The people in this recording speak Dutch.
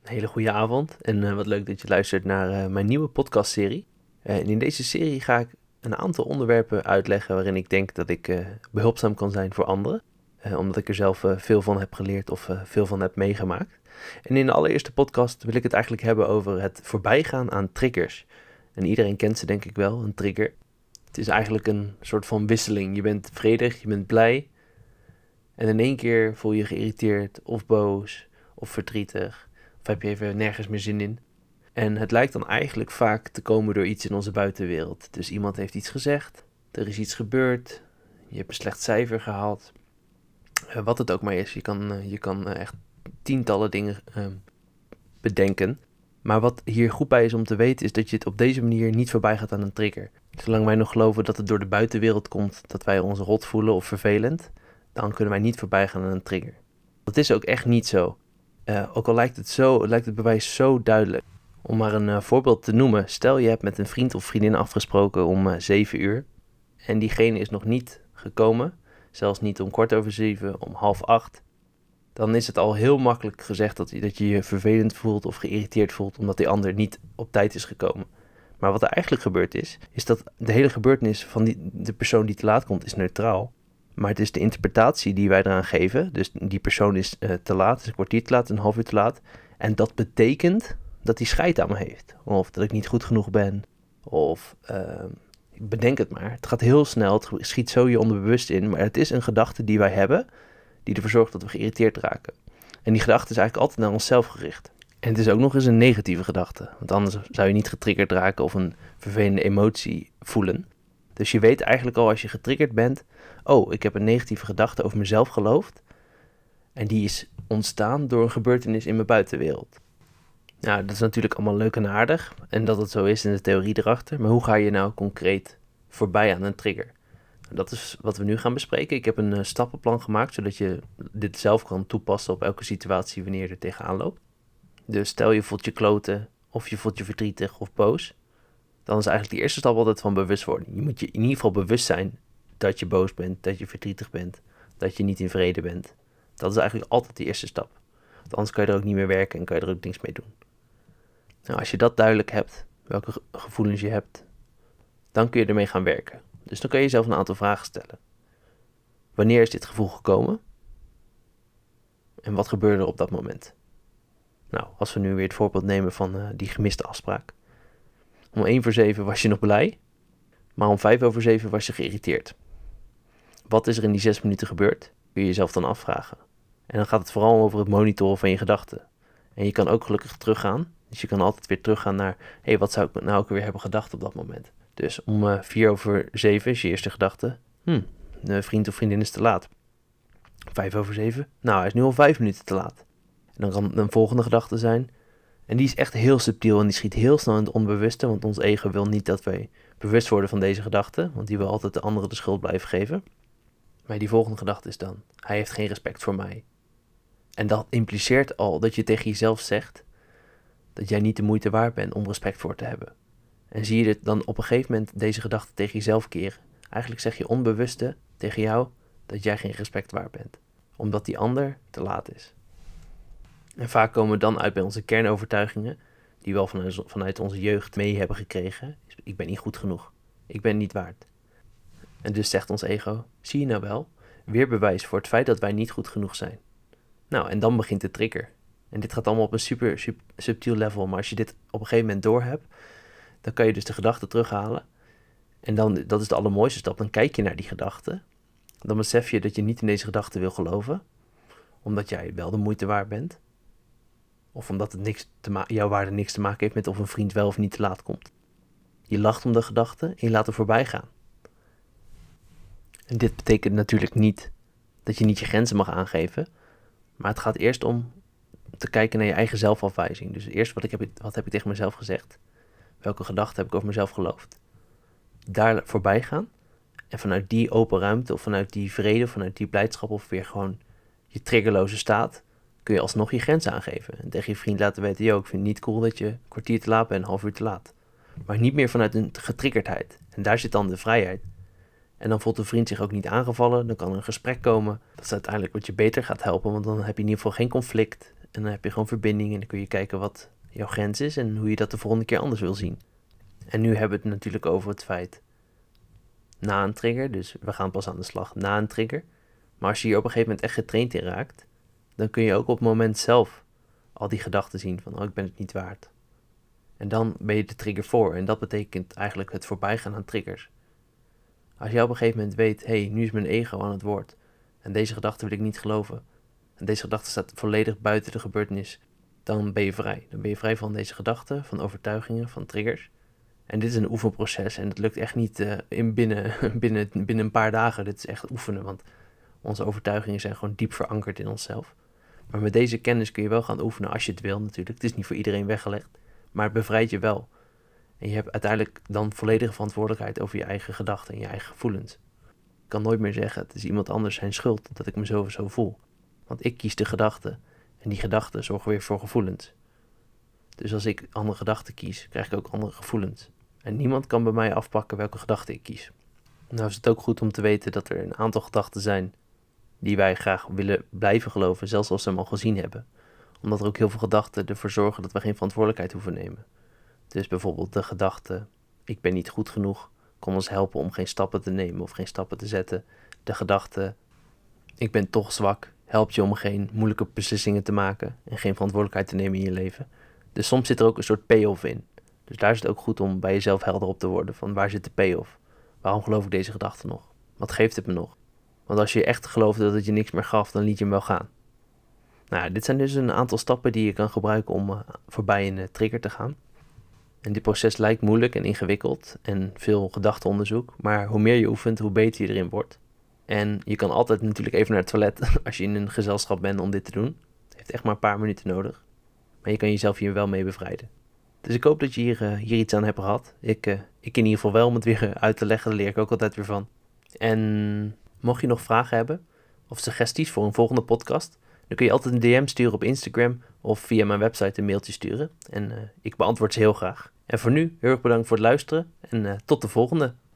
hele goede avond en wat leuk dat je luistert naar mijn nieuwe podcastserie. En in deze serie ga ik een aantal onderwerpen uitleggen waarin ik denk dat ik behulpzaam kan zijn voor anderen. Omdat ik er zelf veel van heb geleerd of veel van heb meegemaakt. En in de allereerste podcast wil ik het eigenlijk hebben over het voorbijgaan aan triggers. En iedereen kent ze denk ik wel, een trigger. Het is eigenlijk een soort van wisseling. Je bent vredig, je bent blij. En in één keer voel je je geïrriteerd of boos of verdrietig. Of heb je even nergens meer zin in. En het lijkt dan eigenlijk vaak te komen door iets in onze buitenwereld. Dus iemand heeft iets gezegd, er is iets gebeurd, je hebt een slecht cijfer gehaald. Wat het ook maar is, je kan echt tientallen dingen bedenken. Maar wat hier goed bij is om te weten is dat je het op deze manier niet voorbij gaat aan een trigger. Zolang wij nog geloven dat het door de buitenwereld komt, dat wij ons rot voelen of vervelend, dan kunnen wij niet voorbij gaan aan een trigger. Dat is ook echt niet zo. Ook al lijkt het bewijs zo duidelijk. Om maar een voorbeeld te noemen. Stel je hebt met een vriend of vriendin afgesproken om 7 uur. En diegene is nog niet gekomen. Zelfs niet om 7:15, om 7:30. Dan is het al heel makkelijk gezegd dat je je vervelend voelt of geïrriteerd voelt omdat die ander niet op tijd is gekomen. Maar wat er eigenlijk gebeurd is dat de hele gebeurtenis van de persoon die te laat komt is neutraal. Maar het is de interpretatie die wij eraan geven. Dus die persoon is te laat, is een kwartier te laat, een half uur te laat. En dat betekent dat hij scheid aan me heeft. Of dat ik niet goed genoeg ben. Of ik bedenk het maar. Het gaat heel snel, het schiet zo je onderbewust in. Maar het is een gedachte die wij hebben, die ervoor zorgt dat we geïrriteerd raken. En die gedachte is eigenlijk altijd naar onszelf gericht. En het is ook nog eens een negatieve gedachte. Want anders zou je niet getriggerd raken of een vervelende emotie voelen. Dus je weet eigenlijk al als je getriggerd bent, oh, ik heb een negatieve gedachte over mezelf geloofd. En die is ontstaan door een gebeurtenis in mijn buitenwereld. Nou, dat is natuurlijk allemaal leuk en aardig. En dat het zo is in de theorie erachter. Maar hoe ga je nou concreet voorbij aan een trigger? Dat is wat we nu gaan bespreken. Ik heb een stappenplan gemaakt, zodat je dit zelf kan toepassen op elke situatie wanneer je er tegenaan loopt. Dus stel je voelt je kloten, of je voelt je verdrietig of boos. Dan is eigenlijk de eerste stap altijd van bewustwording. Je moet je in ieder geval bewust zijn dat je boos bent, dat je verdrietig bent, dat je niet in vrede bent. Dat is eigenlijk altijd de eerste stap. Want anders kan je er ook niet meer werken en kan je er ook niks mee doen. Nou, als je dat duidelijk hebt, welke gevoelens je hebt, dan kun je ermee gaan werken. Dus dan kan je jezelf een aantal vragen stellen. Wanneer is dit gevoel gekomen? En wat gebeurde er op dat moment? Nou, als we nu weer het voorbeeld nemen van die gemiste afspraak. Om 7:01 was je nog blij, maar om 7:05 was je geïrriteerd. Wat is er in die 6 minuten gebeurd? Kun je jezelf dan afvragen. En dan gaat het vooral over het monitoren van je gedachten. En je kan ook gelukkig teruggaan. Dus je kan altijd weer teruggaan naar, wat zou ik nou ook weer hebben gedacht op dat moment? Dus om 6:04 is je eerste gedachte, een vriend of vriendin is te laat. 7:05, nou hij is nu al 5 minuten te laat. En dan kan een volgende gedachte zijn, en die is echt heel subtiel en die schiet heel snel in het onbewuste, want ons ego wil niet dat wij bewust worden van deze gedachte, want die wil altijd de andere de schuld blijven geven. Maar die volgende gedachte is dan, hij heeft geen respect voor mij. En dat impliceert al dat je tegen jezelf zegt dat jij niet de moeite waard bent om respect voor te hebben. En zie je dit dan op een gegeven moment deze gedachte tegen jezelf keren. Eigenlijk zeg je onbewuste tegen jou dat jij geen respect waard bent, omdat die ander te laat is. En vaak komen we dan uit bij onze kernovertuigingen, die we al vanuit onze jeugd mee hebben gekregen. Ik ben niet goed genoeg. Ik ben niet waard. En dus zegt ons ego, zie je nou wel, weer bewijs voor het feit dat wij niet goed genoeg zijn. Nou, en dan begint de trigger. En dit gaat allemaal op een super subtiel level, maar als je dit op een gegeven moment doorhebt, dan kan je dus de gedachte terughalen. En dan, dat is de allermooiste stap, dan kijk je naar die gedachte. Dan besef je dat je niet in deze gedachte wil geloven, omdat jij wel de moeite waard bent. Of omdat het jouw waarde niks te maken heeft met of een vriend wel of niet te laat komt. Je lacht om de gedachte en je laat er voorbij gaan. En dit betekent natuurlijk niet dat je niet je grenzen mag aangeven. Maar het gaat eerst om te kijken naar je eigen zelfafwijzing. Dus eerst wat heb ik tegen mezelf gezegd? Welke gedachten heb ik over mezelf geloofd? Daar voorbij gaan. En vanuit die open ruimte of vanuit die vrede, vanuit die blijdschap of weer gewoon je triggerloze staat, kun je alsnog je grenzen aangeven. En tegen je vriend laten weten, ik vind het niet cool dat je een kwartier te laat bent, een half uur te laat. Maar niet meer vanuit een getriggerdheid. En daar zit dan de vrijheid. En dan voelt de vriend zich ook niet aangevallen. Dan kan er een gesprek komen. Dat is uiteindelijk wat je beter gaat helpen. Want dan heb je in ieder geval geen conflict. En dan heb je gewoon verbinding en dan kun je kijken wat jouw grens is en hoe je dat de volgende keer anders wil zien. En nu hebben we het natuurlijk over het feit na een trigger, dus we gaan pas aan de slag na een trigger. Maar als je hier op een gegeven moment echt getraind in raakt, dan kun je ook op het moment zelf al die gedachten zien van, ik ben het niet waard. En dan ben je de trigger voor en dat betekent eigenlijk het voorbijgaan aan triggers. Als jij op een gegeven moment weet, nu is mijn ego aan het woord en deze gedachte wil ik niet geloven. En deze gedachte staat volledig buiten de gebeurtenis, dan ben je vrij. Dan ben je vrij van deze gedachten, van overtuigingen, van triggers. En dit is een oefenproces en dat lukt echt niet binnen een paar dagen. Dit is echt oefenen, want onze overtuigingen zijn gewoon diep verankerd in onszelf. Maar met deze kennis kun je wel gaan oefenen als je het wil natuurlijk. Het is niet voor iedereen weggelegd, maar het bevrijdt je wel. En je hebt uiteindelijk dan volledige verantwoordelijkheid over je eigen gedachten en je eigen gevoelens. Ik kan nooit meer zeggen, het is iemand anders zijn schuld dat ik me zo of zo voel. Want ik kies de gedachten en die gedachten zorgen weer voor gevoelens. Dus als ik andere gedachten kies, krijg ik ook andere gevoelens. En niemand kan bij mij afpakken welke gedachte ik kies. Nou is het ook goed om te weten dat er een aantal gedachten zijn die wij graag willen blijven geloven, zelfs als we hem al gezien hebben. Omdat er ook heel veel gedachten ervoor zorgen dat we geen verantwoordelijkheid hoeven nemen. Dus bijvoorbeeld de gedachte, ik ben niet goed genoeg, kon ons helpen om geen stappen te nemen of geen stappen te zetten. De gedachte, ik ben toch zwak, helpt je om geen moeilijke beslissingen te maken en geen verantwoordelijkheid te nemen in je leven. Dus soms zit er ook een soort payoff in. Dus daar is het ook goed om bij jezelf helder op te worden van waar zit de payoff? Waarom geloof ik deze gedachte nog? Wat geeft het me nog? Want als je echt geloofde dat het je niks meer gaf, dan liet je hem wel gaan. Nou, dit zijn dus een aantal stappen die je kan gebruiken om voorbij een trigger te gaan. En dit proces lijkt moeilijk en ingewikkeld en veel gedachtenonderzoek, maar hoe meer je oefent, hoe beter je erin wordt. En je kan altijd natuurlijk even naar het toilet als je in een gezelschap bent om dit te doen. Het heeft echt maar een paar minuten nodig. Maar je kan jezelf hier wel mee bevrijden. Dus ik hoop dat je hier iets aan hebt gehad. Ik in ieder geval wel om het weer uit te leggen, daar leer ik ook altijd weer van. En mocht je nog vragen hebben of suggesties voor een volgende podcast, dan kun je altijd een DM sturen op Instagram of via mijn website een mailtje sturen. En ik beantwoord ze heel graag. En voor nu, heel erg bedankt voor het luisteren en tot de volgende.